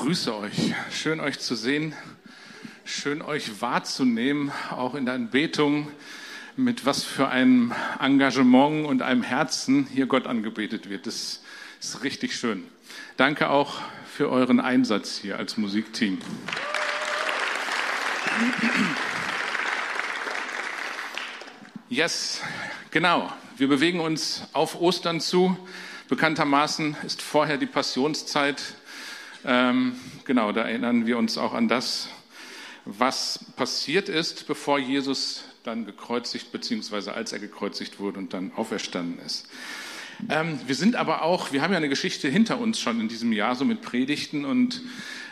grüße euch. Schön euch zu sehen, schön euch wahrzunehmen, auch in der Anbetung, mit was für einem Engagement und einem Herzen hier Gott angebetet wird. Das ist richtig schön. Danke auch für euren Einsatz hier als Musikteam. Yes, genau. Wir bewegen uns auf Ostern zu. Bekanntermaßen ist vorher die Passionszeit. Genau, da erinnern wir uns auch an das, was passiert ist, bevor Jesus dann gekreuzigt, beziehungsweise als er gekreuzigt wurde und dann auferstanden ist. Wir sind aber auch, wir haben ja eine Geschichte hinter uns schon in diesem Jahr, so mit Predigten, und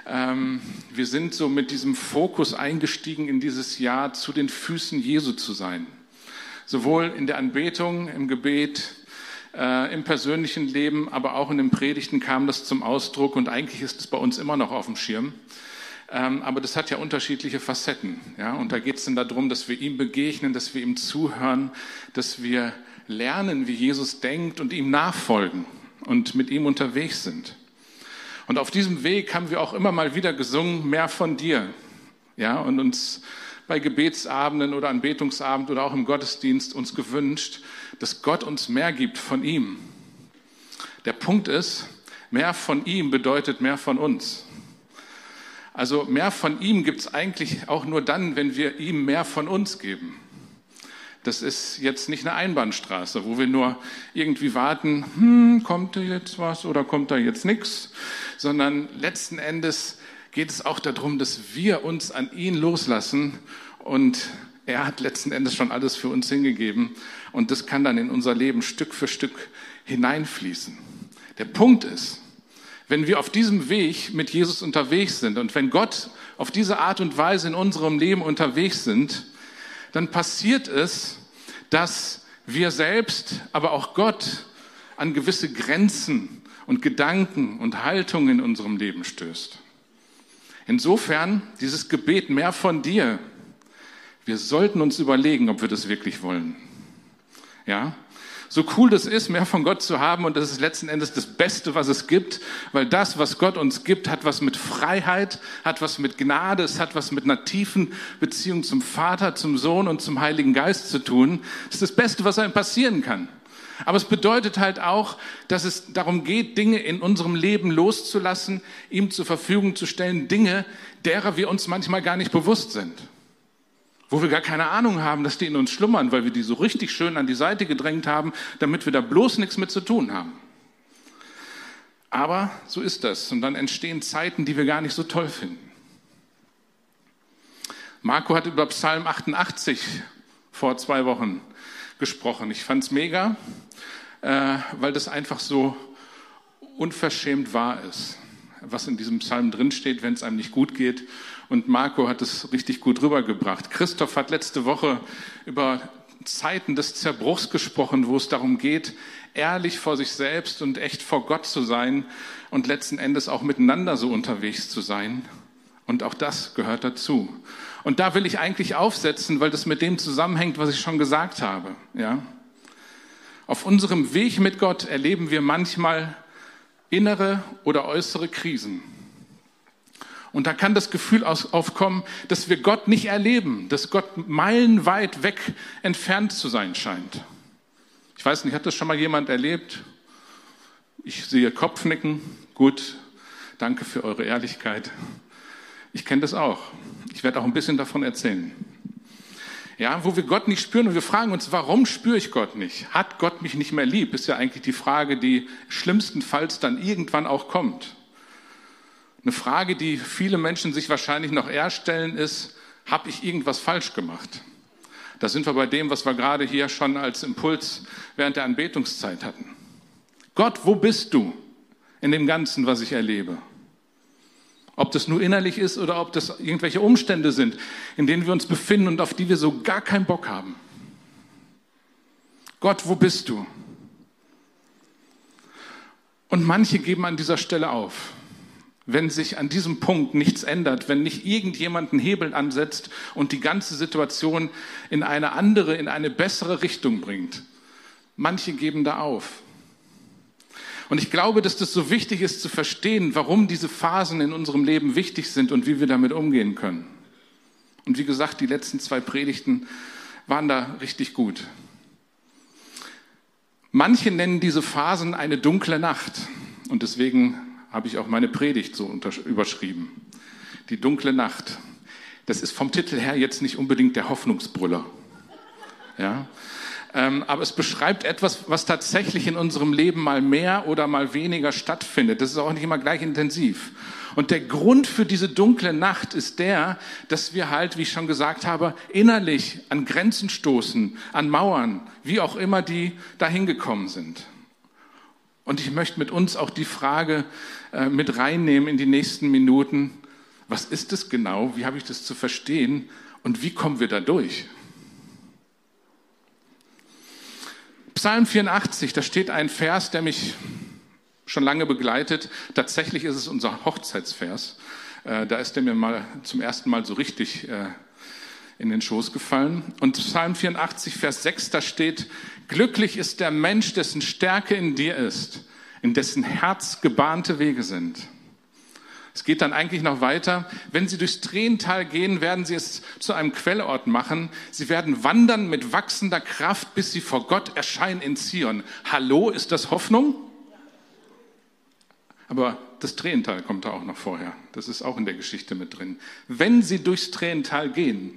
wir sind so mit diesem Fokus eingestiegen in dieses Jahr, zu den Füßen Jesu zu sein. Sowohl in der Anbetung, im Gebet, im persönlichen Leben, aber auch in den Predigten kam das zum Ausdruck, und eigentlich ist es bei uns immer noch auf dem Schirm. Aber das hat ja unterschiedliche Facetten. Ja? Und da geht es dann darum, dass wir ihm begegnen, dass wir ihm zuhören, dass wir lernen, wie Jesus denkt und ihm nachfolgen und mit ihm unterwegs sind. Und auf diesem Weg haben wir auch immer mal wieder gesungen, mehr von dir. Ja? Und uns bei Gebetsabenden oder Anbetungsabend oder auch im Gottesdienst uns gewünscht, dass Gott uns mehr gibt von ihm. Der Punkt ist, mehr von ihm bedeutet mehr von uns. Also mehr von ihm gibt es eigentlich auch nur dann, wenn wir ihm mehr von uns geben. Das ist jetzt nicht eine Einbahnstraße, wo wir nur irgendwie warten, kommt da jetzt was oder kommt da jetzt nichts, sondern letzten Endes geht es auch darum, dass wir uns an ihn loslassen, und er hat letzten Endes schon alles für uns hingegeben, und das kann dann in unser Leben Stück für Stück hineinfließen. Der Punkt ist, wenn wir auf diesem Weg mit Jesus unterwegs sind und wenn Gott auf diese Art und Weise in unserem Leben unterwegs sind, dann passiert es, dass wir selbst, aber auch Gott an gewisse Grenzen und Gedanken und Haltungen in unserem Leben stößt. Insofern, dieses Gebet, mehr von dir, wir sollten uns überlegen, ob wir das wirklich wollen. Ja? So cool das ist, mehr von Gott zu haben, und das ist letzten Endes das Beste, was es gibt, weil das, was Gott uns gibt, hat was mit Freiheit, hat was mit Gnade, es hat was mit einer tiefen Beziehung zum Vater, zum Sohn und zum Heiligen Geist zu tun. Das ist das Beste, was einem passieren kann. Aber es bedeutet halt auch, dass es darum geht, Dinge in unserem Leben loszulassen, ihm zur Verfügung zu stellen, Dinge, derer wir uns manchmal gar nicht bewusst sind. Wo wir gar keine Ahnung haben, dass die in uns schlummern, weil wir die so richtig schön an die Seite gedrängt haben, damit wir da bloß nichts mit zu tun haben. Aber so ist das. Und dann entstehen Zeiten, die wir gar nicht so toll finden. Marco hat über Psalm 88 vor 2 Wochen gesprochen. Ich fand es mega, weil das einfach so unverschämt wahr ist, was in diesem Psalm drinsteht, wenn es einem nicht gut geht. Und Marco hat es richtig gut rübergebracht. Christoph hat letzte Woche über Zeiten des Zerbruchs gesprochen, wo es darum geht, ehrlich vor sich selbst und echt vor Gott zu sein und letzten Endes auch miteinander so unterwegs zu sein. Und auch das gehört dazu. Und da will ich eigentlich aufsetzen, weil das mit dem zusammenhängt, was ich schon gesagt habe. Ja? Auf unserem Weg mit Gott erleben wir manchmal innere oder äußere Krisen. Und da kann das Gefühl aufkommen, dass wir Gott nicht erleben, dass Gott meilenweit weg entfernt zu sein scheint. Ich weiß nicht, hat das schon mal jemand erlebt? Ich sehe Kopfnicken. Gut, danke für eure Ehrlichkeit. Ich kenne das auch. Ich werde auch ein bisschen davon erzählen. Ja, wo wir Gott nicht spüren, und wir fragen uns, warum spüre ich Gott nicht? Hat Gott mich nicht mehr lieb? Ist ja eigentlich die Frage, die schlimmstenfalls dann irgendwann auch kommt. Eine Frage, die viele Menschen sich wahrscheinlich noch eher stellen, ist, habe ich irgendwas falsch gemacht? Da sind wir bei dem, was wir gerade hier schon als Impuls während der Anbetungszeit hatten. Gott, wo bist du in dem Ganzen, was ich erlebe? Ob das nur innerlich ist oder ob das irgendwelche Umstände sind, in denen wir uns befinden und auf die wir so gar keinen Bock haben. Gott, wo bist du? Und manche geben an dieser Stelle auf. Wenn sich an diesem Punkt nichts ändert, wenn nicht irgendjemand einen Hebel ansetzt und die ganze Situation in eine andere, in eine bessere Richtung bringt. Manche geben da auf. Und ich glaube, dass das so wichtig ist zu verstehen, warum diese Phasen in unserem Leben wichtig sind und wie wir damit umgehen können. Und wie gesagt, die letzten 2 Predigten waren da richtig gut. Manche nennen diese Phasen eine dunkle Nacht. Und deswegen habe ich auch meine Predigt so überschrieben. Die dunkle Nacht. Das ist vom Titel her jetzt nicht unbedingt der Hoffnungsbrüller. Ja? Aber es beschreibt etwas, was tatsächlich in unserem Leben mal mehr oder mal weniger stattfindet. Das ist auch nicht immer gleich intensiv. Und der Grund für diese dunkle Nacht ist der, dass wir halt, wie ich schon gesagt habe, innerlich an Grenzen stoßen, an Mauern, wie auch immer die dahin gekommen sind. Und ich möchte mit uns auch die Frage mit reinnehmen in die nächsten Minuten. Was ist es genau? Wie habe ich das zu verstehen? Und wie kommen wir da durch? Psalm 84, da steht ein Vers, der mich schon lange begleitet. Tatsächlich ist es unser Hochzeitsvers. Da ist der mir mal zum ersten Mal so richtig in den Schoß gefallen. Und Psalm 84, Vers 6, da steht: Glücklich ist der Mensch, dessen Stärke in dir ist, in dessen Herz gebahnte Wege sind. Es geht dann eigentlich noch weiter. Wenn sie durchs Tränental gehen, werden sie es zu einem Quellort machen. Sie werden wandern mit wachsender Kraft, bis sie vor Gott erscheinen in Zion. Hallo, ist das Hoffnung? Aber das Tränental kommt da auch noch vorher. Das ist auch in der Geschichte mit drin. Wenn sie durchs Tränental gehen,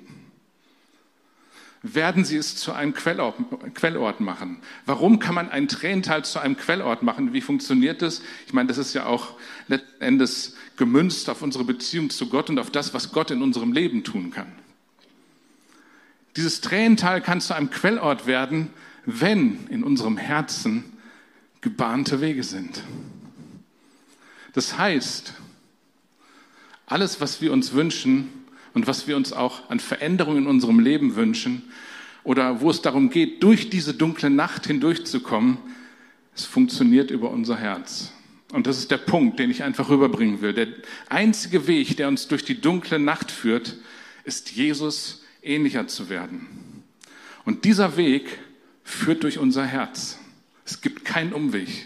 werden sie es zu einem Quellort machen. Warum kann man ein Tränental zu einem Quellort machen? Wie funktioniert das? Ich meine, das ist ja auch letzten Endes gemünzt auf unsere Beziehung zu Gott und auf das, was Gott in unserem Leben tun kann. Dieses Tränental kann zu einem Quellort werden, wenn in unserem Herzen gebahnte Wege sind. Das heißt, alles, was wir uns wünschen und was wir uns auch an Veränderungen in unserem Leben wünschen oder wo es darum geht, durch diese dunkle Nacht hindurchzukommen, es funktioniert über unser Herz. Und das ist der Punkt, den ich einfach rüberbringen will. Der einzige Weg, der uns durch die dunkle Nacht führt, ist Jesus ähnlicher zu werden. Und dieser Weg führt durch unser Herz. Es gibt keinen Umweg.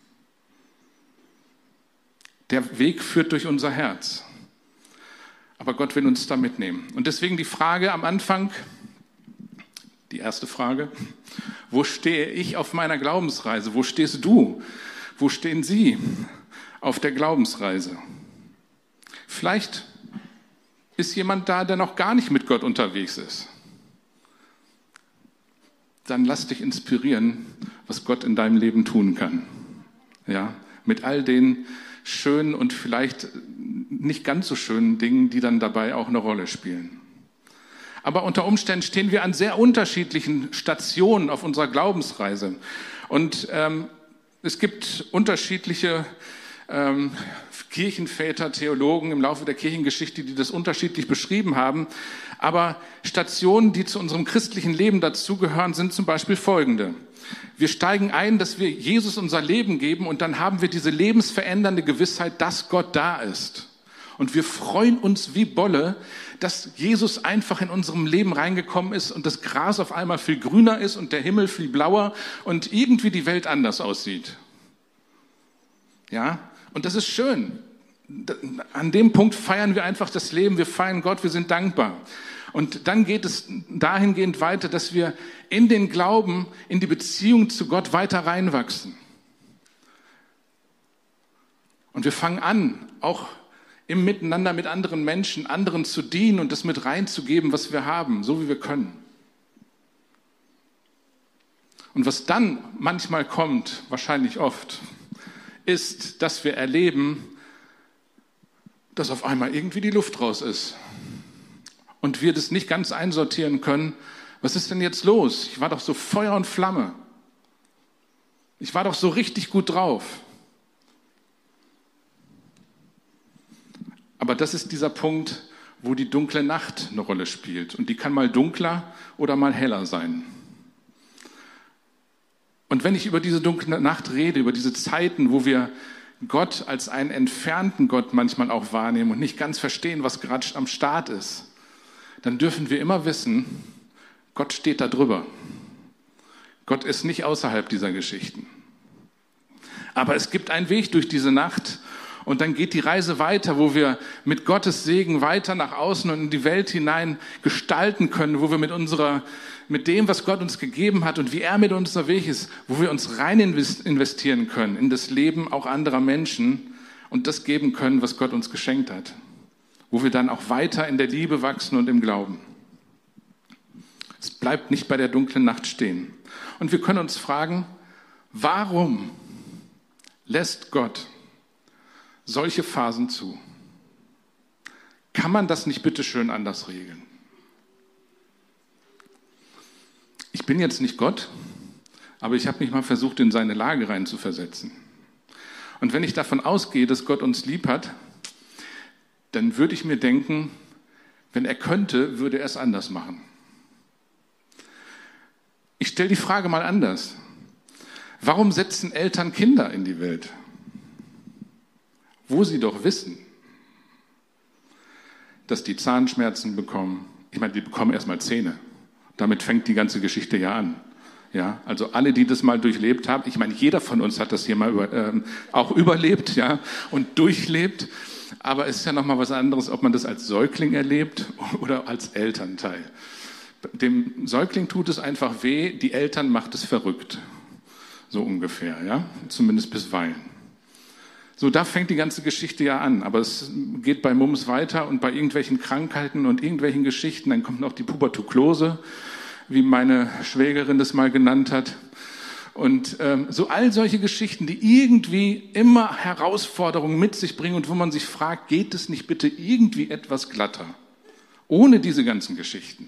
Der Weg führt durch unser Herz. Aber Gott will uns da mitnehmen. Und deswegen die Frage am Anfang, die erste Frage: Wo stehe ich auf meiner Glaubensreise? Wo stehst du? Wo stehen Sie auf der Glaubensreise? Vielleicht ist jemand da, der noch gar nicht mit Gott unterwegs ist. Dann lass dich inspirieren, was Gott in deinem Leben tun kann. Ja, mit all den schönen und vielleicht nicht ganz so schönen Dingen, die dann dabei auch eine Rolle spielen. Aber unter Umständen stehen wir an sehr unterschiedlichen Stationen auf unserer Glaubensreise. Und es gibt unterschiedliche Kirchenväter, Theologen im Laufe der Kirchengeschichte, die das unterschiedlich beschrieben haben. Aber Stationen, die zu unserem christlichen Leben dazugehören, sind zum Beispiel folgende. Wir steigen ein, dass wir Jesus unser Leben geben und dann haben wir diese lebensverändernde Gewissheit, dass Gott da ist. Und wir freuen uns wie Bolle, dass Jesus einfach in unserem Leben reingekommen ist und das Gras auf einmal viel grüner ist und der Himmel viel blauer und irgendwie die Welt anders aussieht. Ja, und das ist schön. An dem Punkt feiern wir einfach das Leben, wir feiern Gott, wir sind dankbar. Und dann geht es dahingehend weiter, dass wir in den Glauben, in die Beziehung zu Gott weiter reinwachsen. Und wir fangen an, auch im Miteinander mit anderen Menschen, anderen zu dienen und das mit reinzugeben, was wir haben, so wie wir können. Und was dann manchmal kommt, wahrscheinlich oft, ist, dass wir erleben, dass auf einmal irgendwie die Luft raus ist. Und wir das nicht ganz einsortieren können. Was ist denn jetzt los? Ich war doch so Feuer und Flamme. Ich war doch so richtig gut drauf. Aber das ist dieser Punkt, wo die dunkle Nacht eine Rolle spielt. Und die kann mal dunkler oder mal heller sein. Und wenn ich über diese dunkle Nacht rede, über diese Zeiten, wo wir Gott als einen entfernten Gott manchmal auch wahrnehmen und nicht ganz verstehen, was gerade am Start ist, dann dürfen wir immer wissen, Gott steht da drüber. Gott ist nicht außerhalb dieser Geschichten. Aber es gibt einen Weg durch diese Nacht und dann geht die Reise weiter, wo wir mit Gottes Segen weiter nach außen und in die Welt hinein gestalten können, wo wir mit dem, was Gott uns gegeben hat und wie er mit uns unterwegs ist, wo wir uns rein investieren können in das Leben auch anderer Menschen und das geben können, was Gott uns geschenkt hat. Wo wir dann auch weiter in der Liebe wachsen und im Glauben. Es bleibt nicht bei der dunklen Nacht stehen. Und wir können uns fragen, warum lässt Gott solche Phasen zu? Kann man das nicht bitte schön anders regeln? Ich bin jetzt nicht Gott, aber ich habe mich mal versucht, in seine Lage reinzuversetzen. Und wenn ich davon ausgehe, dass Gott uns lieb hat, dann würde ich mir denken, wenn er könnte, würde er es anders machen. Ich stelle die Frage mal anders. Warum setzen Eltern Kinder in die Welt? Wo sie doch wissen, dass die Zahnschmerzen bekommen. Ich meine, die bekommen erstmal Zähne. Damit fängt die ganze Geschichte ja an. Ja, also alle, die das mal durchlebt haben, ich meine, jeder von uns hat das hier mal auch überlebt, ja, und durchlebt. Aber es ist ja nochmal was anderes, ob man das als Säugling erlebt oder als Elternteil. Dem Säugling tut es einfach weh, die Eltern macht es verrückt. So ungefähr, ja, zumindest bisweilen. So, da fängt die ganze Geschichte ja an, aber es geht bei Mums weiter und bei irgendwelchen Krankheiten und irgendwelchen Geschichten, dann kommt noch die Pubertuklose, wie meine Schwägerin das mal genannt hat. Und so all solche Geschichten, die irgendwie immer Herausforderungen mit sich bringen und wo man sich fragt, geht es nicht bitte irgendwie etwas glatter, ohne diese ganzen Geschichten?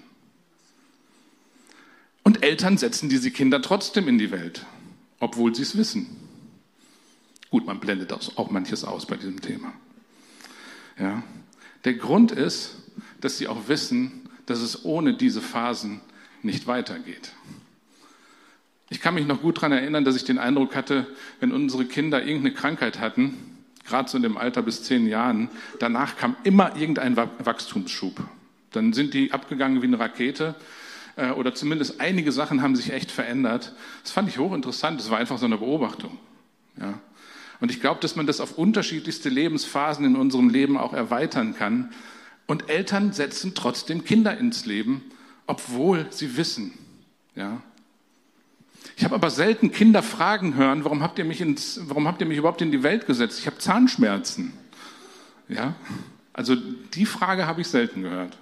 Und Eltern setzen diese Kinder trotzdem in die Welt, obwohl sie es wissen. Gut, man blendet auch manches aus bei diesem Thema. Ja. Der Grund ist, dass sie auch wissen, dass es ohne diese Phasen nicht weitergeht. Ich kann mich noch gut daran erinnern, dass ich den Eindruck hatte, wenn unsere Kinder irgendeine Krankheit hatten, gerade so in dem Alter bis 10 Jahren, danach kam immer irgendein Wachstumsschub. Dann sind die abgegangen wie eine Rakete oder zumindest einige Sachen haben sich echt verändert. Das fand ich hochinteressant, das war einfach so eine Beobachtung. Ja. Und ich glaube, dass man das auf unterschiedlichste Lebensphasen in unserem Leben auch erweitern kann. Und Eltern setzen trotzdem Kinder ins Leben, obwohl sie wissen. Ja. Ich habe aber selten Kinder fragen hören, warum habt ihr mich überhaupt in die Welt gesetzt? Ich habe Zahnschmerzen. Ja. Also die Frage habe ich selten gehört.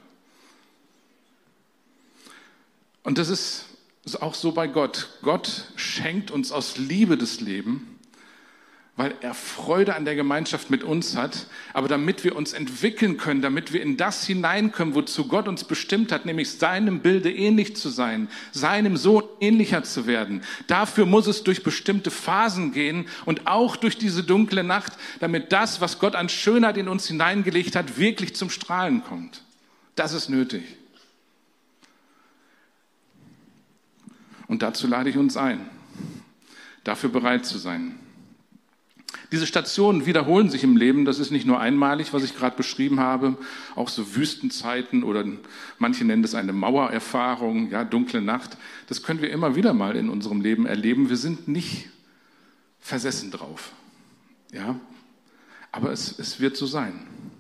Und das ist auch so bei Gott. Gott schenkt uns aus Liebe das Leben, weil er Freude an der Gemeinschaft mit uns hat, aber damit wir uns entwickeln können, damit wir in das hineinkommen, wozu Gott uns bestimmt hat, nämlich seinem Bilde ähnlich zu sein, seinem Sohn ähnlicher zu werden. Dafür muss es durch bestimmte Phasen gehen und auch durch diese dunkle Nacht, damit das, was Gott an Schönheit in uns hineingelegt hat, wirklich zum Strahlen kommt. Das ist nötig. Und dazu lade ich uns ein, dafür bereit zu sein. Diese Stationen wiederholen sich im Leben, das ist nicht nur einmalig, was ich gerade beschrieben habe, auch so Wüstenzeiten oder manche nennen das eine Mauererfahrung, ja, dunkle Nacht. Das können wir immer wieder mal in unserem Leben erleben. Wir sind nicht versessen drauf, ja, aber es wird so sein.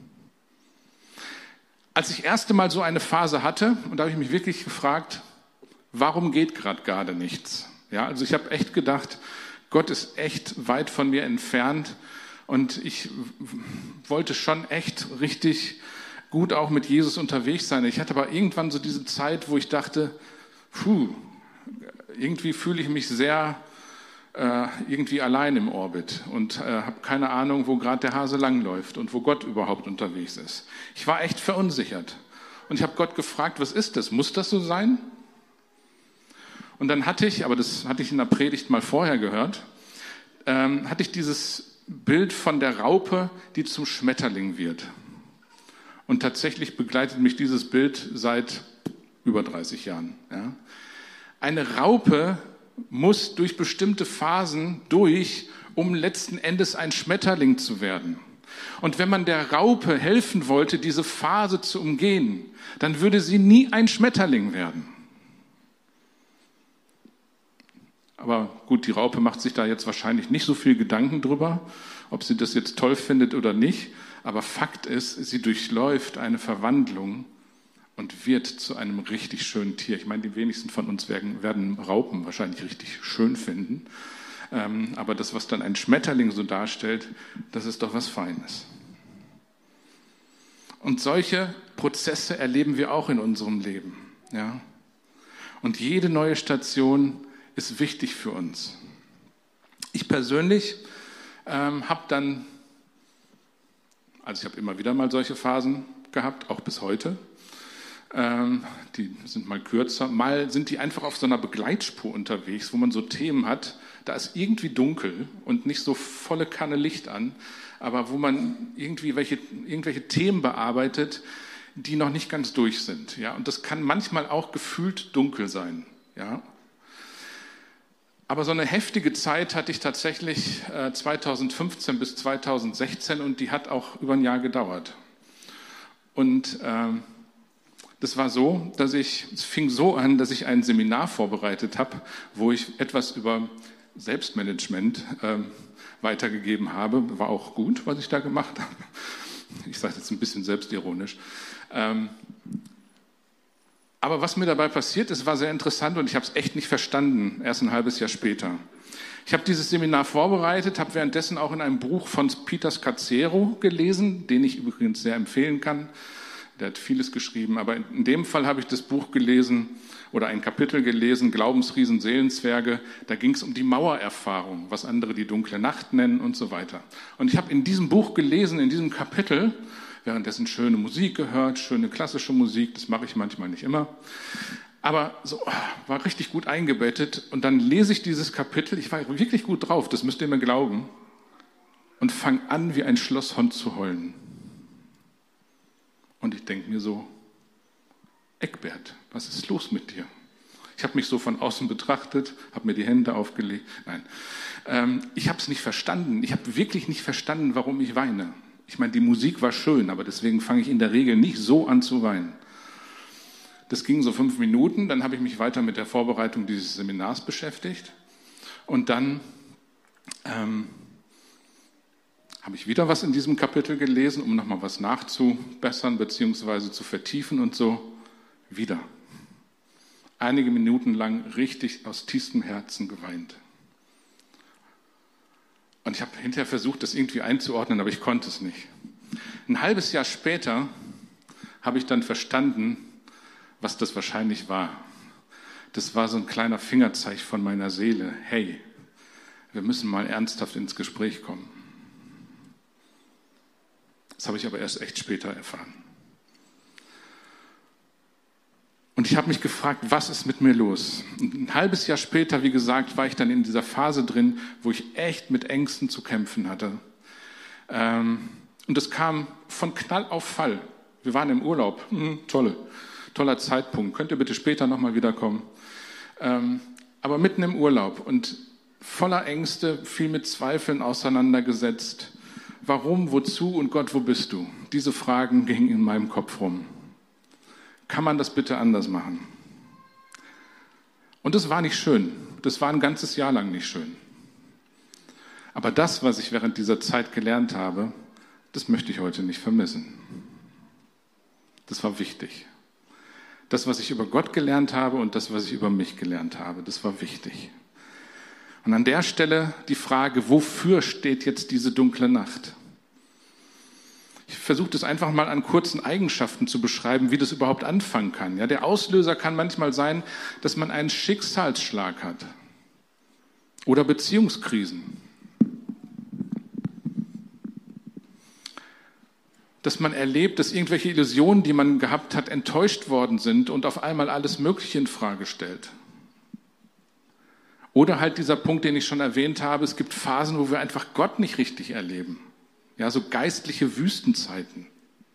Als ich das erste Mal so eine Phase hatte, und da habe ich mich wirklich gefragt, warum geht gerade nichts? Ja, also ich habe echt gedacht, Gott ist echt weit von mir entfernt und ich wollte schon echt richtig gut auch mit Jesus unterwegs sein. Ich hatte aber irgendwann so diese Zeit, wo ich dachte, irgendwie fühle ich mich sehr irgendwie allein im Orbit und habe keine Ahnung, wo gerade der Hase langläuft und wo Gott überhaupt unterwegs ist. Ich war echt verunsichert und ich habe Gott gefragt, was ist das? Muss das so sein? Und dann hatte ich, aber das hatte ich in der Predigt mal vorher gehört, hatte ich dieses Bild von der Raupe, die zum Schmetterling wird. Und tatsächlich begleitet mich dieses Bild seit über 30 Jahren. Ja. Eine Raupe muss durch bestimmte Phasen durch, um letzten Endes ein Schmetterling zu werden. Und wenn man der Raupe helfen wollte, diese Phase zu umgehen, dann würde sie nie ein Schmetterling werden. Aber gut, die Raupe macht sich da jetzt wahrscheinlich nicht so viel Gedanken drüber, ob sie das jetzt toll findet oder nicht. Aber Fakt ist, sie durchläuft eine Verwandlung und wird zu einem richtig schönen Tier. Ich meine, die wenigsten von uns werden Raupen wahrscheinlich richtig schön finden. Aber das, was dann ein Schmetterling so darstellt, das ist doch was Feines. Und solche Prozesse erleben wir auch in unserem Leben. Ja? Und jede neue Station ist wichtig für uns. Ich persönlich habe dann, also ich habe immer wieder mal solche Phasen gehabt, auch bis heute. Die sind mal kürzer, mal sind die einfach auf so einer Begleitspur unterwegs, wo man so Themen hat, da ist irgendwie dunkel und nicht so volle Kanne Licht an, aber wo man irgendwie irgendwelche Themen bearbeitet, die noch nicht ganz durch sind. Ja? Und das kann manchmal auch gefühlt dunkel sein. Ja? Aber so eine heftige Zeit hatte ich tatsächlich 2015 bis 2016 und die hat auch über ein Jahr gedauert. Und das war so, es fing so an, dass ich ein Seminar vorbereitet habe, wo ich etwas über Selbstmanagement weitergegeben habe. War auch gut, was ich da gemacht habe. Ich sage jetzt ein bisschen selbstironisch. Aber was mir dabei passiert ist, war sehr interessant und ich habe es echt nicht verstanden, erst ein halbes Jahr später. Ich habe dieses Seminar vorbereitet, habe währenddessen auch in einem Buch von Peter Scazzero gelesen, den ich übrigens sehr empfehlen kann. Der hat vieles geschrieben, aber in dem Fall habe ich das Buch gelesen oder ein Kapitel gelesen, Glaubensriesen, Seelenzwerge. Da ging es um die Mauererfahrung, was andere die dunkle Nacht nennen und so weiter. Und ich habe in diesem Buch gelesen, in diesem Kapitel, währenddessen schöne Musik gehört, schöne klassische Musik, das mache ich manchmal nicht immer. Aber so, war richtig gut eingebettet. Und dann lese ich dieses Kapitel, ich war wirklich gut drauf, das müsst ihr mir glauben, und fange an, wie ein Schlosshund zu heulen. Und ich denke mir so, Eckbert, was ist los mit dir? Ich habe mich so von außen betrachtet, habe mir die Hände aufgelegt. Nein, ich habe es nicht verstanden. Ich habe wirklich nicht verstanden, warum ich weine. Ich meine, die Musik war schön, aber deswegen fange ich in der Regel nicht so an zu weinen. Das ging so 5 Minuten, dann habe ich mich weiter mit der Vorbereitung dieses Seminars beschäftigt. Und dann habe ich wieder was in diesem Kapitel gelesen, um nochmal was nachzubessern bzw. zu vertiefen und so wieder. Einige Minuten lang richtig aus tiefstem Herzen geweint. Und ich habe hinterher versucht, das irgendwie einzuordnen, aber ich konnte es nicht. Ein halbes Jahr später habe ich dann verstanden, was das wahrscheinlich war. Das war so ein kleiner Fingerzeig von meiner Seele. Hey, wir müssen mal ernsthaft ins Gespräch kommen. Das habe ich aber erst echt später erfahren. Und ich habe mich gefragt, was ist mit mir los? Und ein halbes Jahr später, wie gesagt, war ich dann in dieser Phase drin, wo ich echt mit Ängsten zu kämpfen hatte. Und es kam von Knall auf Fall. Wir waren im Urlaub. Toller Zeitpunkt. Könnt ihr bitte später nochmal wiederkommen? Aber mitten im Urlaub und voller Ängste, viel mit Zweifeln auseinandergesetzt. Warum, wozu und Gott, wo bist du? Diese Fragen gingen in meinem Kopf rum. Kann man das bitte anders machen? Und das war nicht schön. Das war ein ganzes Jahr lang nicht schön. Aber das, was ich während dieser Zeit gelernt habe, das möchte ich heute nicht vermissen. Das war wichtig. Das, was ich über Gott gelernt habe und das, was ich über mich gelernt habe, das war wichtig. Und an der Stelle die Frage, wofür steht jetzt diese dunkle Nacht? Ich versuche das einfach mal an kurzen Eigenschaften zu beschreiben, wie das überhaupt anfangen kann. Ja, der Auslöser kann manchmal sein, dass man einen Schicksalsschlag hat oder Beziehungskrisen. Dass man erlebt, dass irgendwelche Illusionen, die man gehabt hat, enttäuscht worden sind und auf einmal alles Mögliche in Frage stellt. Oder halt dieser Punkt, den ich schon erwähnt habe, es gibt Phasen, wo wir einfach Gott nicht richtig erleben. Ja, so geistliche Wüstenzeiten.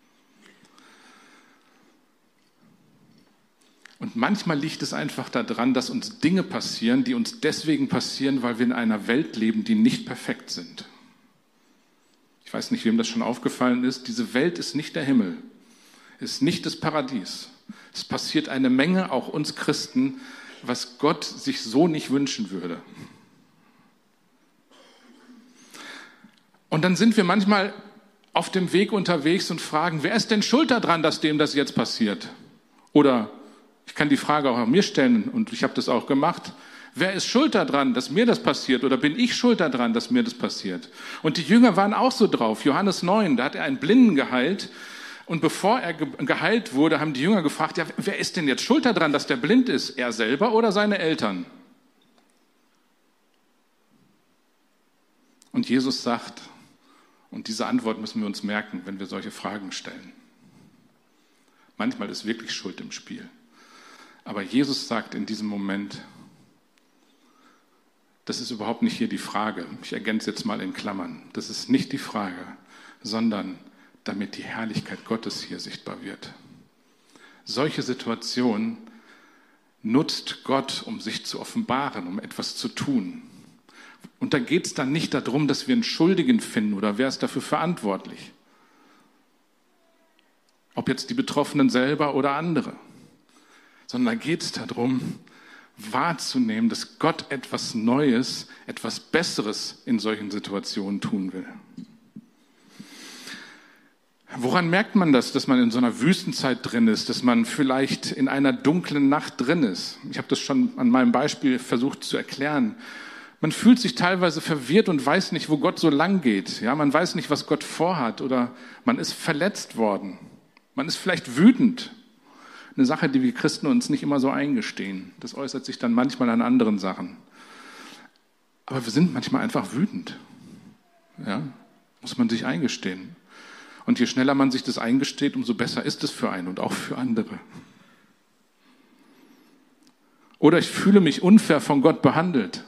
Und manchmal liegt es einfach daran, dass uns Dinge passieren, die uns deswegen passieren, weil wir in einer Welt leben, die nicht perfekt sind. Ich weiß nicht, wem das schon aufgefallen ist. Diese Welt ist nicht der Himmel, ist nicht das Paradies. Es passiert eine Menge, auch uns Christen, was Gott sich so nicht wünschen würde. Und dann sind wir manchmal auf dem Weg unterwegs und fragen, wer ist denn schuld daran, dass dem das jetzt passiert? Oder ich kann die Frage auch an mir stellen und ich habe das auch gemacht. Wer ist schuld daran, dass mir das passiert? Oder bin ich schuld daran, dass mir das passiert? Und die Jünger waren auch so drauf. Johannes 9, da hat er einen Blinden geheilt. Und bevor er geheilt wurde, haben die Jünger gefragt, ja, wer ist denn jetzt schuld daran, dass der blind ist? Er selber oder seine Eltern? Und Jesus sagt, und diese Antwort müssen wir uns merken, wenn wir solche Fragen stellen. Manchmal ist wirklich Schuld im Spiel. Aber Jesus sagt in diesem Moment, das ist überhaupt nicht hier die Frage. Ich ergänze jetzt mal in Klammern. Das ist nicht die Frage, sondern damit die Herrlichkeit Gottes hier sichtbar wird. Solche Situationen nutzt Gott, um sich zu offenbaren, um etwas zu tun. Und da geht es dann nicht darum, dass wir einen Schuldigen finden oder wer ist dafür verantwortlich. Ob jetzt die Betroffenen selber oder andere. Sondern da geht es darum, wahrzunehmen, dass Gott etwas Neues, etwas Besseres in solchen Situationen tun will. Woran merkt man das, dass man in so einer Wüstenzeit drin ist, dass man vielleicht in einer dunklen Nacht drin ist? Ich habe das schon an meinem Beispiel versucht zu erklären. Man fühlt sich teilweise verwirrt und weiß nicht, wo Gott so lang geht. Ja, man weiß nicht, was Gott vorhat oder man ist verletzt worden. Man ist vielleicht wütend. Eine Sache, die wir Christen uns nicht immer so eingestehen. Das äußert sich dann manchmal an anderen Sachen. Aber wir sind manchmal einfach wütend. Ja, muss man sich eingestehen. Und je schneller man sich das eingesteht, umso besser ist es für einen und auch für andere. Oder ich fühle mich unfair von Gott behandelt.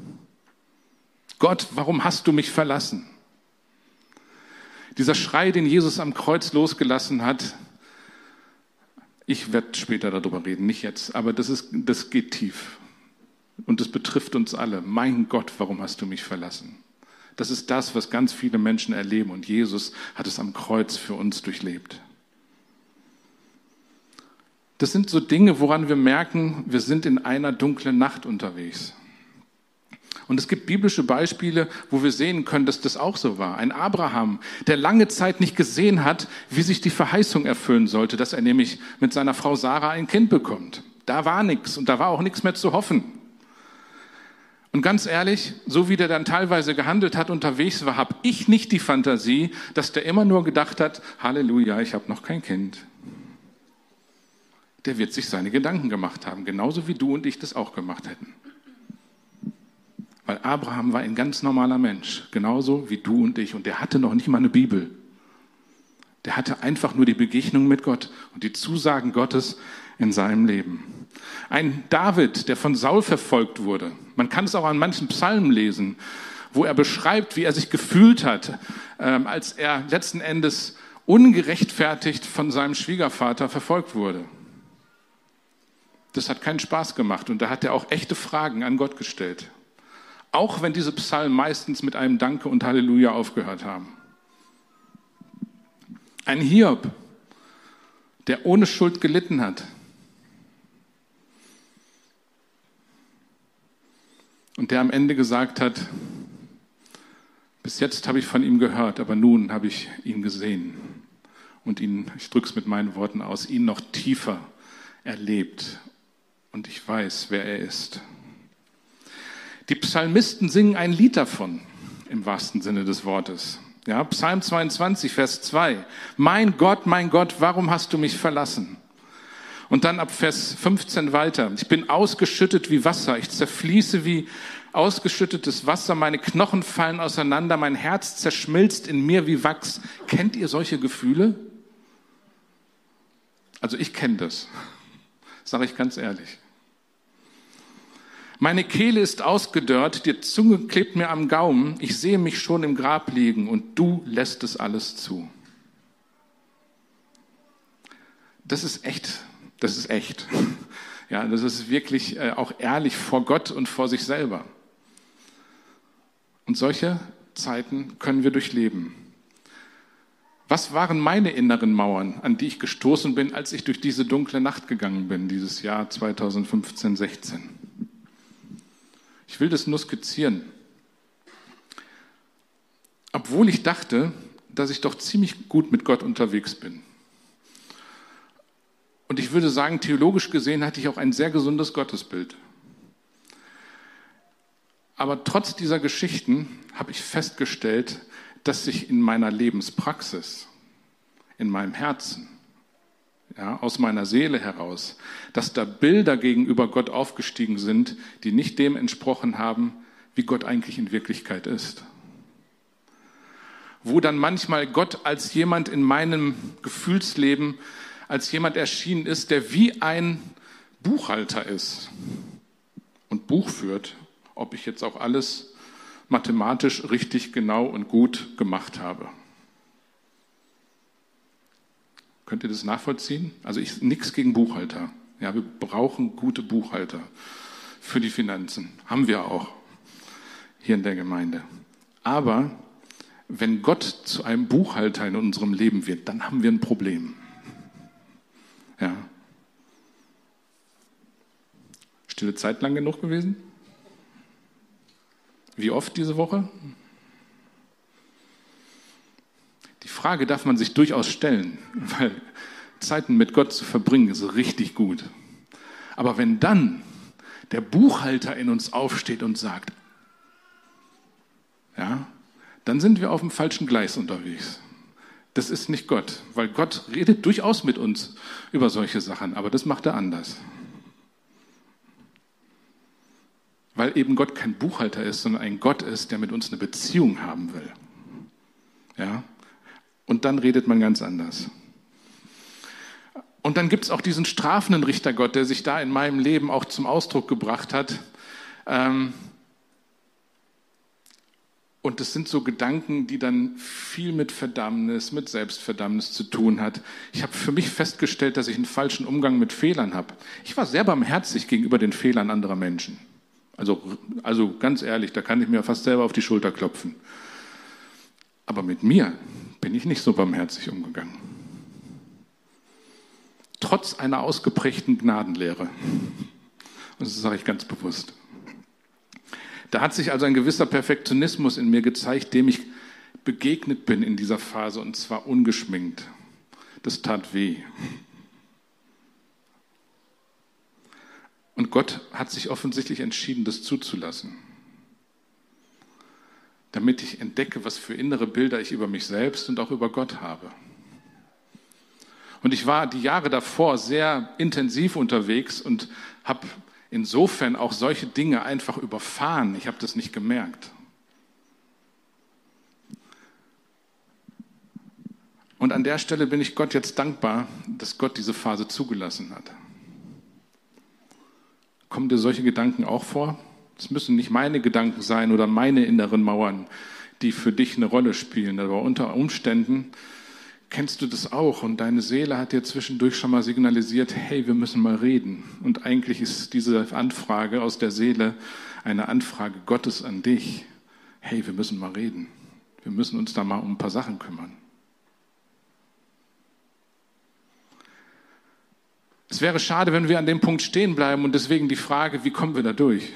Gott, warum hast du mich verlassen? Dieser Schrei, den Jesus am Kreuz losgelassen hat, ich werde später darüber reden, nicht jetzt, aber das geht tief. Und das betrifft uns alle. Mein Gott, warum hast du mich verlassen? Das ist das, was ganz viele Menschen erleben. Und Jesus hat es am Kreuz für uns durchlebt. Das sind so Dinge, woran wir merken, wir sind in einer dunklen Nacht unterwegs. Und es gibt biblische Beispiele, wo wir sehen können, dass das auch so war. Ein Abraham, der lange Zeit nicht gesehen hat, wie sich die Verheißung erfüllen sollte, dass er nämlich mit seiner Frau Sarah ein Kind bekommt. Da war nichts und da war auch nichts mehr zu hoffen. Und ganz ehrlich, so wie der dann teilweise gehandelt hat, unterwegs war, habe ich nicht die Fantasie, dass der immer nur gedacht hat, Halleluja, ich habe noch kein Kind. Der wird sich seine Gedanken gemacht haben, genauso wie du und ich das auch gemacht hätten. Weil Abraham war ein ganz normaler Mensch, genauso wie du und ich. Und der hatte noch nicht mal eine Bibel. Der hatte einfach nur die Begegnung mit Gott und die Zusagen Gottes in seinem Leben. Ein David, der von Saul verfolgt wurde. Man kann es auch an manchen Psalmen lesen, wo er beschreibt, wie er sich gefühlt hat, als er letzten Endes ungerechtfertigt von seinem Schwiegervater verfolgt wurde. Das hat keinen Spaß gemacht und da hat er auch echte Fragen an Gott gestellt. Auch wenn diese Psalmen meistens mit einem Danke und Halleluja aufgehört haben. Ein Hiob, der ohne Schuld gelitten hat. Und der am Ende gesagt hat, bis jetzt habe ich von ihm gehört, aber nun habe ich ihn gesehen. Und ihn, ich drücke es mit meinen Worten aus, ihn noch tiefer erlebt. Und ich weiß, wer er ist. Die Psalmisten singen ein Lied davon, im wahrsten Sinne des Wortes. Ja, Psalm 22, Vers 2. Mein Gott, warum hast du mich verlassen? Und dann ab Vers 15 weiter. Ich bin ausgeschüttet wie Wasser, ich zerfließe wie ausgeschüttetes Wasser, meine Knochen fallen auseinander, mein Herz zerschmilzt in mir wie Wachs. Kennt ihr solche Gefühle? Also ich kenne das, sage ich ganz ehrlich. Meine Kehle ist ausgedörrt, die Zunge klebt mir am Gaumen, ich sehe mich schon im Grab liegen und du lässt es alles zu. Das ist echt. Ja, das ist wirklich auch ehrlich vor Gott und vor sich selber. Und solche Zeiten können wir durchleben. Was waren meine inneren Mauern, an die ich gestoßen bin, als ich durch diese dunkle Nacht gegangen bin, dieses Jahr 2015, 16? Ich will das nur skizzieren. Obwohl ich dachte, dass ich doch ziemlich gut mit Gott unterwegs bin. Und ich würde sagen, theologisch gesehen hatte ich auch ein sehr gesundes Gottesbild. Aber trotz dieser Geschichten habe ich festgestellt, dass sich in meiner Lebenspraxis, in meinem Herzen, ja, aus meiner Seele heraus, dass da Bilder gegenüber Gott aufgestiegen sind, die nicht dem entsprochen haben, wie Gott eigentlich in Wirklichkeit ist. Wo dann manchmal Gott als jemand in meinem Gefühlsleben, als jemand erschienen ist, der wie ein Buchhalter ist und Buch führt, ob ich jetzt auch alles mathematisch richtig, genau und gut gemacht habe. Könnt ihr das nachvollziehen? Also nichts gegen Buchhalter. Ja, wir brauchen gute Buchhalter für die Finanzen. Haben wir auch hier in der Gemeinde. Aber wenn Gott zu einem Buchhalter in unserem Leben wird, dann haben wir ein Problem. Ja. Stille Zeit lang genug gewesen? Wie oft diese Woche? Die Frage darf man sich durchaus stellen, weil Zeiten mit Gott zu verbringen ist richtig gut. Aber wenn dann der Buchhalter in uns aufsteht und sagt, ja, dann sind wir auf dem falschen Gleis unterwegs. Das ist nicht Gott, weil Gott redet durchaus mit uns über solche Sachen, aber das macht er anders. Weil eben Gott kein Buchhalter ist, sondern ein Gott ist, der mit uns eine Beziehung haben will. Ja? Und dann redet man ganz anders. Und dann gibt es auch diesen strafenden Richtergott, der sich da in meinem Leben auch zum Ausdruck gebracht hat. Und das sind so Gedanken, die dann viel mit Verdammnis, mit Selbstverdammnis zu tun hat. Ich habe für mich festgestellt, dass ich einen falschen Umgang mit Fehlern habe. Ich war sehr barmherzig gegenüber den Fehlern anderer Menschen. Also ganz ehrlich, da kann ich mir fast selber auf die Schulter klopfen. Aber mit mir bin ich nicht so barmherzig umgegangen. Trotz einer ausgeprägten Gnadenlehre. Und das sage ich ganz bewusst. Da hat sich also ein gewisser Perfektionismus in mir gezeigt, dem ich begegnet bin in dieser Phase, und zwar ungeschminkt. Das tat weh. Und Gott hat sich offensichtlich entschieden, das zuzulassen. Damit ich entdecke, was für innere Bilder ich über mich selbst und auch über Gott habe. Und ich war die Jahre davor sehr intensiv unterwegs und habe insofern auch solche Dinge einfach überfahren. Ich habe das nicht gemerkt. Und an der Stelle bin ich Gott jetzt dankbar, dass Gott diese Phase zugelassen hat. Kommen dir solche Gedanken auch vor? Es müssen nicht meine Gedanken sein oder meine inneren Mauern, die für dich eine Rolle spielen. Aber unter Umständen kennst du das auch und deine Seele hat dir zwischendurch schon mal signalisiert, hey, wir müssen mal reden. Und eigentlich ist diese Anfrage aus der Seele eine Anfrage Gottes an dich. Hey, wir müssen mal reden. Wir müssen uns da mal um ein paar Sachen kümmern. Es wäre schade, wenn wir an dem Punkt stehen bleiben und deswegen die Frage, wie kommen wir da durch?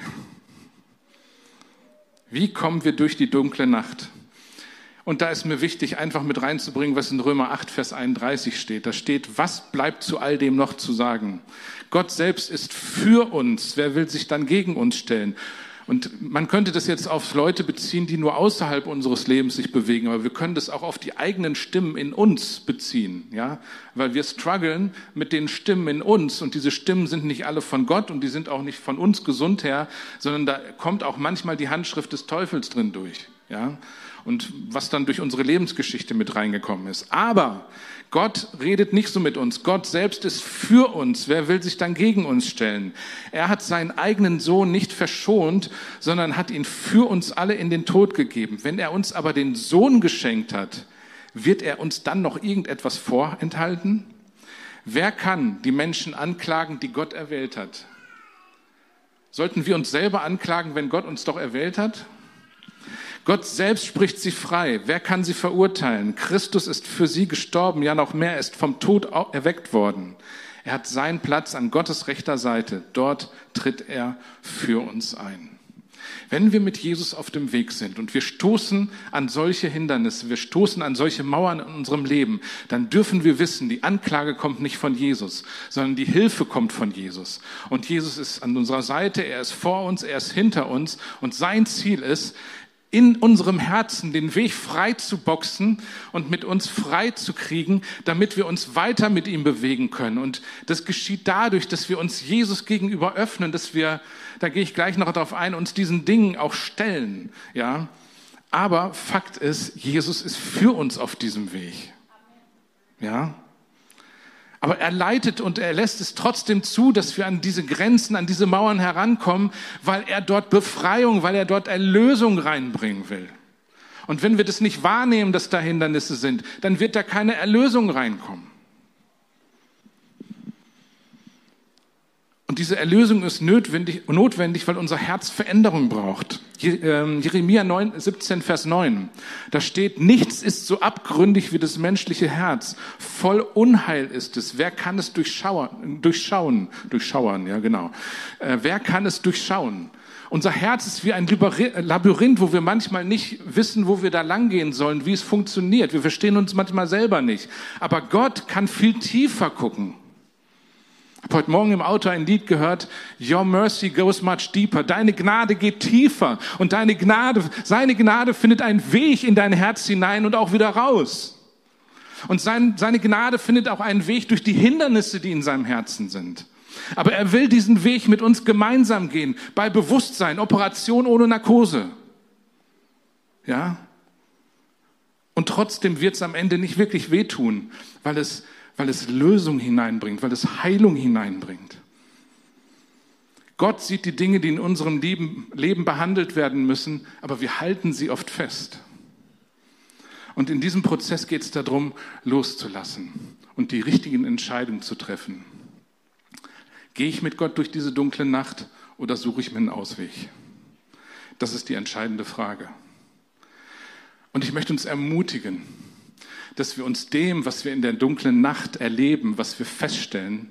Wie kommen wir durch die dunkle Nacht? Und da ist mir wichtig, einfach mit reinzubringen, was in Römer 8, Vers 31 steht. Da steht, was bleibt zu all dem noch zu sagen? Gott selbst ist für uns. Wer will sich dann gegen uns stellen? Und man könnte das jetzt auf Leute beziehen, die nur außerhalb unseres Lebens sich bewegen, aber wir können das auch auf die eigenen Stimmen in uns beziehen, ja? Weil wir strugglen mit den Stimmen in uns und diese Stimmen sind nicht alle von Gott und die sind auch nicht von uns gesund her, sondern da kommt auch manchmal die Handschrift des Teufels drin durch, ja? Und was dann durch unsere Lebensgeschichte mit reingekommen ist. Aber Gott redet nicht so mit uns. Gott selbst ist für uns. Wer will sich dann gegen uns stellen? Er hat seinen eigenen Sohn nicht verschont, sondern hat ihn für uns alle in den Tod gegeben. Wenn er uns aber den Sohn geschenkt hat, wird er uns dann noch irgendetwas vorenthalten? Wer kann die Menschen anklagen, die Gott erwählt hat? Sollten wir uns selber anklagen, wenn Gott uns doch erwählt hat? Gott selbst spricht sie frei. Wer kann sie verurteilen? Christus ist für sie gestorben, ja noch mehr, er ist vom Tod erweckt worden. Er hat seinen Platz an Gottes rechter Seite. Dort tritt er für uns ein. Wenn wir mit Jesus auf dem Weg sind und wir stoßen an solche Hindernisse, wir stoßen an solche Mauern in unserem Leben, dann dürfen wir wissen, die Anklage kommt nicht von Jesus, sondern die Hilfe kommt von Jesus. Und Jesus ist an unserer Seite, er ist vor uns, er ist hinter uns und sein Ziel ist, in unserem Herzen den Weg frei zu boxen und mit uns frei zu kriegen, damit wir uns weiter mit ihm bewegen können. Und das geschieht dadurch, dass wir uns Jesus gegenüber öffnen, dass wir, da gehe ich gleich noch darauf ein, uns diesen Dingen auch stellen. Ja? Aber Fakt ist, Jesus ist für uns auf diesem Weg. Ja? Aber er leitet und er lässt es trotzdem zu, dass wir an diese Grenzen, an diese Mauern herankommen, weil er dort Befreiung, weil er dort Erlösung reinbringen will. Und wenn wir das nicht wahrnehmen, dass da Hindernisse sind, dann wird da keine Erlösung reinkommen. Und diese Erlösung ist notwendig, weil unser Herz Veränderung braucht. Jeremia 17, Vers 9, da steht, nichts ist so abgründig wie das menschliche Herz. Voll Unheil ist es. Wer kann es durchschauen, ja genau. Wer kann es durchschauen? Unser Herz ist wie ein Labyrinth, wo wir manchmal nicht wissen, wo wir da langgehen sollen, wie es funktioniert. Wir verstehen uns manchmal selber nicht. Aber Gott kann viel tiefer gucken. Ich habe heute Morgen im Auto ein Lied gehört, Your mercy goes much deeper. Deine Gnade geht tiefer und seine Gnade findet einen Weg in dein Herz hinein und auch wieder raus. Und seine Gnade findet auch einen Weg durch die Hindernisse, die in seinem Herzen sind. Aber er will diesen Weg mit uns gemeinsam gehen, bei Bewusstsein, Operation ohne Narkose. Ja? Und trotzdem wird es am Ende nicht wirklich wehtun, weil es Lösung hineinbringt, weil es Heilung hineinbringt. Gott sieht die Dinge, die in unserem Leben behandelt werden müssen, aber wir halten sie oft fest. Und in diesem Prozess geht es darum, loszulassen und die richtigen Entscheidungen zu treffen. Gehe ich mit Gott durch diese dunkle Nacht oder suche ich mir einen Ausweg? Das ist die entscheidende Frage. Und ich möchte uns ermutigen, dass wir uns dem, was wir in der dunklen Nacht erleben, was wir feststellen,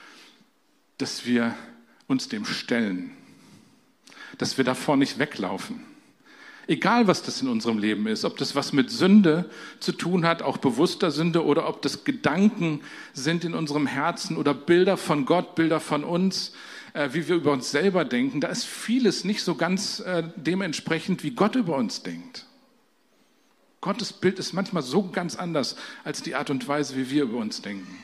dass wir uns dem stellen, dass wir davor nicht weglaufen. Egal, was das in unserem Leben ist, ob das was mit Sünde zu tun hat, auch bewusster Sünde, oder ob das Gedanken sind in unserem Herzen oder Bilder von Gott, Bilder von uns, wie wir über uns selber denken, da ist vieles nicht so ganz dementsprechend, wie Gott über uns denkt. Gottes Bild ist manchmal so ganz anders als die Art und Weise, wie wir über uns denken.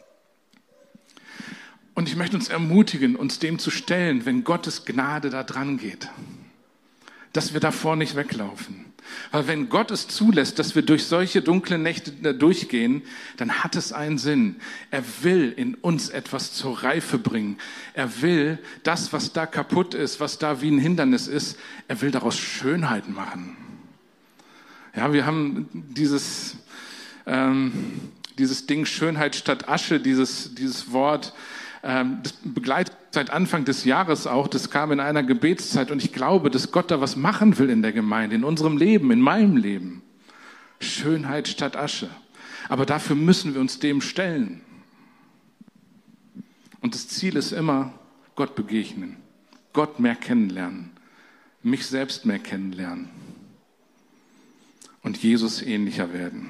Und ich möchte uns ermutigen, uns dem zu stellen, wenn Gottes Gnade da dran geht, dass wir davor nicht weglaufen. Weil wenn Gott es zulässt, dass wir durch solche dunklen Nächte durchgehen, dann hat es einen Sinn. Er will in uns etwas zur Reife bringen. Er will das, was da kaputt ist, was da wie ein Hindernis ist, er will daraus Schönheit machen. Ja, wir haben dieses Ding Schönheit statt Asche, dieses Wort, das begleitet seit Anfang des Jahres auch, das kam in einer Gebetszeit und ich glaube, dass Gott da was machen will in der Gemeinde, in unserem Leben, in meinem Leben. Schönheit statt Asche. Aber dafür müssen wir uns dem stellen. Und das Ziel ist immer, Gott begegnen, Gott mehr kennenlernen, mich selbst mehr kennenlernen und Jesus ähnlicher werden.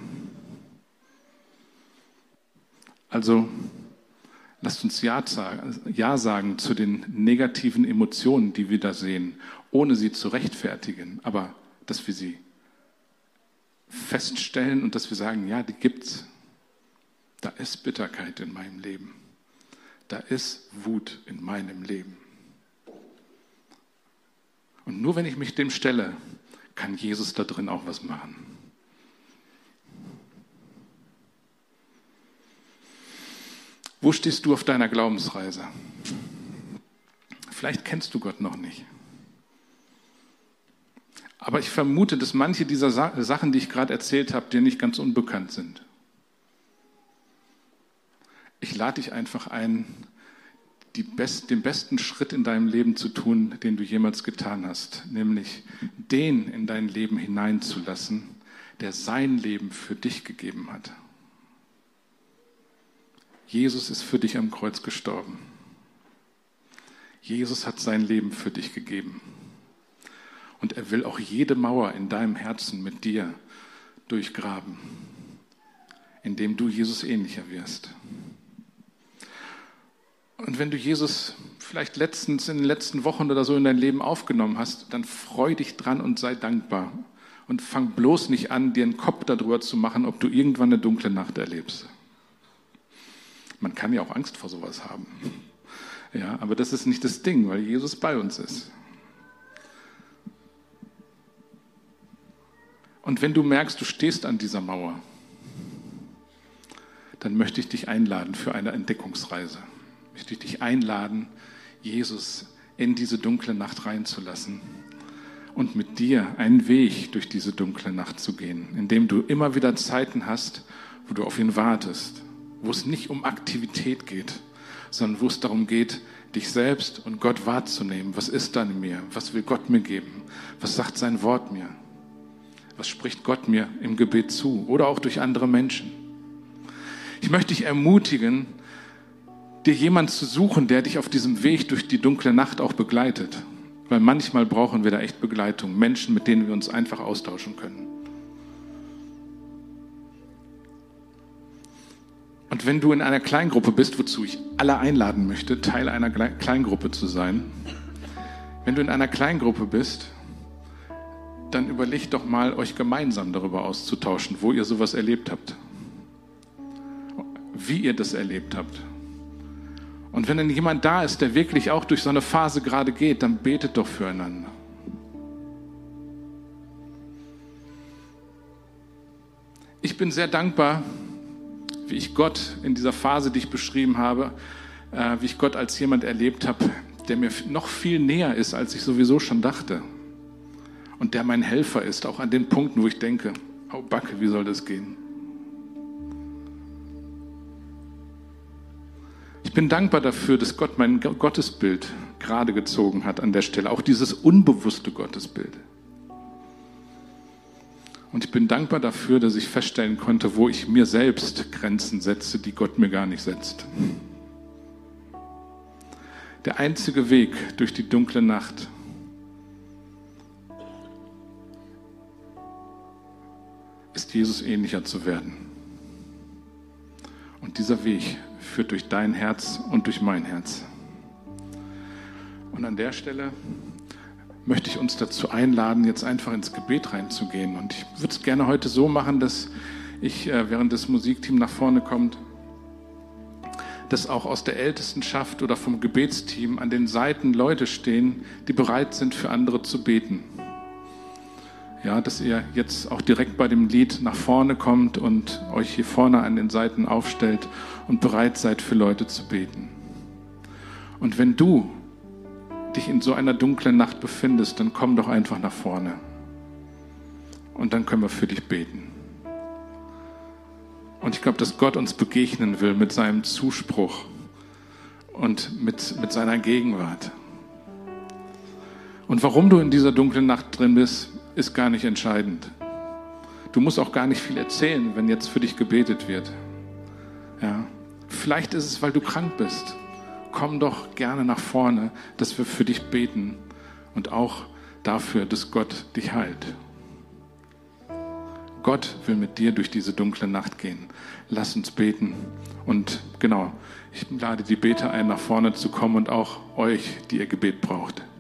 Also lasst uns Ja sagen zu den negativen Emotionen, die wir da sehen, ohne sie zu rechtfertigen, aber dass wir sie feststellen und dass wir sagen, ja, die gibt's. Da ist Bitterkeit in meinem Leben. Da ist Wut in meinem Leben. Und nur wenn ich mich dem stelle, kann Jesus da drin auch was machen. Wo stehst du auf deiner Glaubensreise? Vielleicht kennst du Gott noch nicht. Aber ich vermute, dass manche dieser Sachen, die ich gerade erzählt habe, dir nicht ganz unbekannt sind. Ich lade dich einfach ein, den besten Schritt in deinem Leben zu tun, den du jemals getan hast, nämlich den in dein Leben hineinzulassen, der sein Leben für dich gegeben hat. Jesus ist für dich am Kreuz gestorben. Jesus hat sein Leben für dich gegeben. Und er will auch jede Mauer in deinem Herzen mit dir durchgraben, indem du Jesus ähnlicher wirst. Und wenn du Jesus vielleicht in den letzten Wochen oder so in dein Leben aufgenommen hast, dann freu dich dran und sei dankbar. Und fang bloß nicht an, dir einen Kopf darüber zu machen, ob du irgendwann eine dunkle Nacht erlebst. Man kann ja auch Angst vor sowas haben. Ja, aber das ist nicht das Ding, weil Jesus bei uns ist. Und wenn du merkst, du stehst an dieser Mauer, dann möchte ich dich einladen für eine Entdeckungsreise. Möchte ich dich einladen, Jesus in diese dunkle Nacht reinzulassen und mit dir einen Weg durch diese dunkle Nacht zu gehen, indem du immer wieder Zeiten hast, wo du auf ihn wartest, wo es nicht um Aktivität geht, sondern wo es darum geht, dich selbst und Gott wahrzunehmen. Was ist da in mir? Was will Gott mir geben? Was sagt sein Wort mir? Was spricht Gott mir im Gebet zu? Oder auch durch andere Menschen. Ich möchte dich ermutigen, dir jemanden zu suchen, der dich auf diesem Weg durch die dunkle Nacht auch begleitet. Weil manchmal brauchen wir da echt Begleitung. Menschen, mit denen wir uns einfach austauschen können. Und wenn du in einer Kleingruppe bist, wozu ich alle einladen möchte, Teil einer Kleingruppe zu sein, wenn du in einer Kleingruppe bist, dann überlegt doch mal, euch gemeinsam darüber auszutauschen, wo ihr sowas erlebt habt. Wie ihr das erlebt habt. Und wenn dann jemand da ist, der wirklich auch durch so eine Phase gerade geht, dann betet doch füreinander. Ich bin sehr dankbar, wie ich Gott in dieser Phase, die ich beschrieben habe, wie ich Gott als jemand erlebt habe, der mir noch viel näher ist, als ich sowieso schon dachte. Und der mein Helfer ist, auch an den Punkten, wo ich denke, oh Backe, wie soll das gehen? Ich bin dankbar dafür, dass Gott mein Gottesbild gerade gezogen hat an der Stelle, auch dieses unbewusste Gottesbild. Und ich bin dankbar dafür, dass ich feststellen konnte, wo ich mir selbst Grenzen setze, die Gott mir gar nicht setzt. Der einzige Weg durch die dunkle Nacht ist, Jesus ähnlicher zu werden. Und dieser Weg führt durch dein Herz und durch mein Herz. Und an der Stelle möchte ich uns dazu einladen, jetzt einfach ins Gebet reinzugehen. Und ich würde es gerne heute so machen, dass ich, während das Musikteam nach vorne kommt, dass auch aus der Ältestenschaft oder vom Gebetsteam an den Seiten Leute stehen, die bereit sind, für andere zu beten. Ja, dass ihr jetzt auch direkt bei dem Lied nach vorne kommt und euch hier vorne an den Seiten aufstellt und bereit seid, für Leute zu beten. Und wenn du dich in so einer dunklen Nacht befindest, dann komm doch einfach nach vorne. Und dann können wir für dich beten. Und ich glaube, dass Gott uns begegnen will mit seinem Zuspruch und mit seiner Gegenwart. Und warum du in dieser dunklen Nacht drin bist, ist gar nicht entscheidend. Du musst auch gar nicht viel erzählen, wenn jetzt für dich gebetet wird. Ja. Vielleicht ist es, weil du krank bist. Komm doch gerne nach vorne, dass wir für dich beten und auch dafür, dass Gott dich heilt. Gott will mit dir durch diese dunkle Nacht gehen. Lass uns beten. Und genau, ich lade die Beter ein, nach vorne zu kommen und auch euch, die ihr Gebet braucht.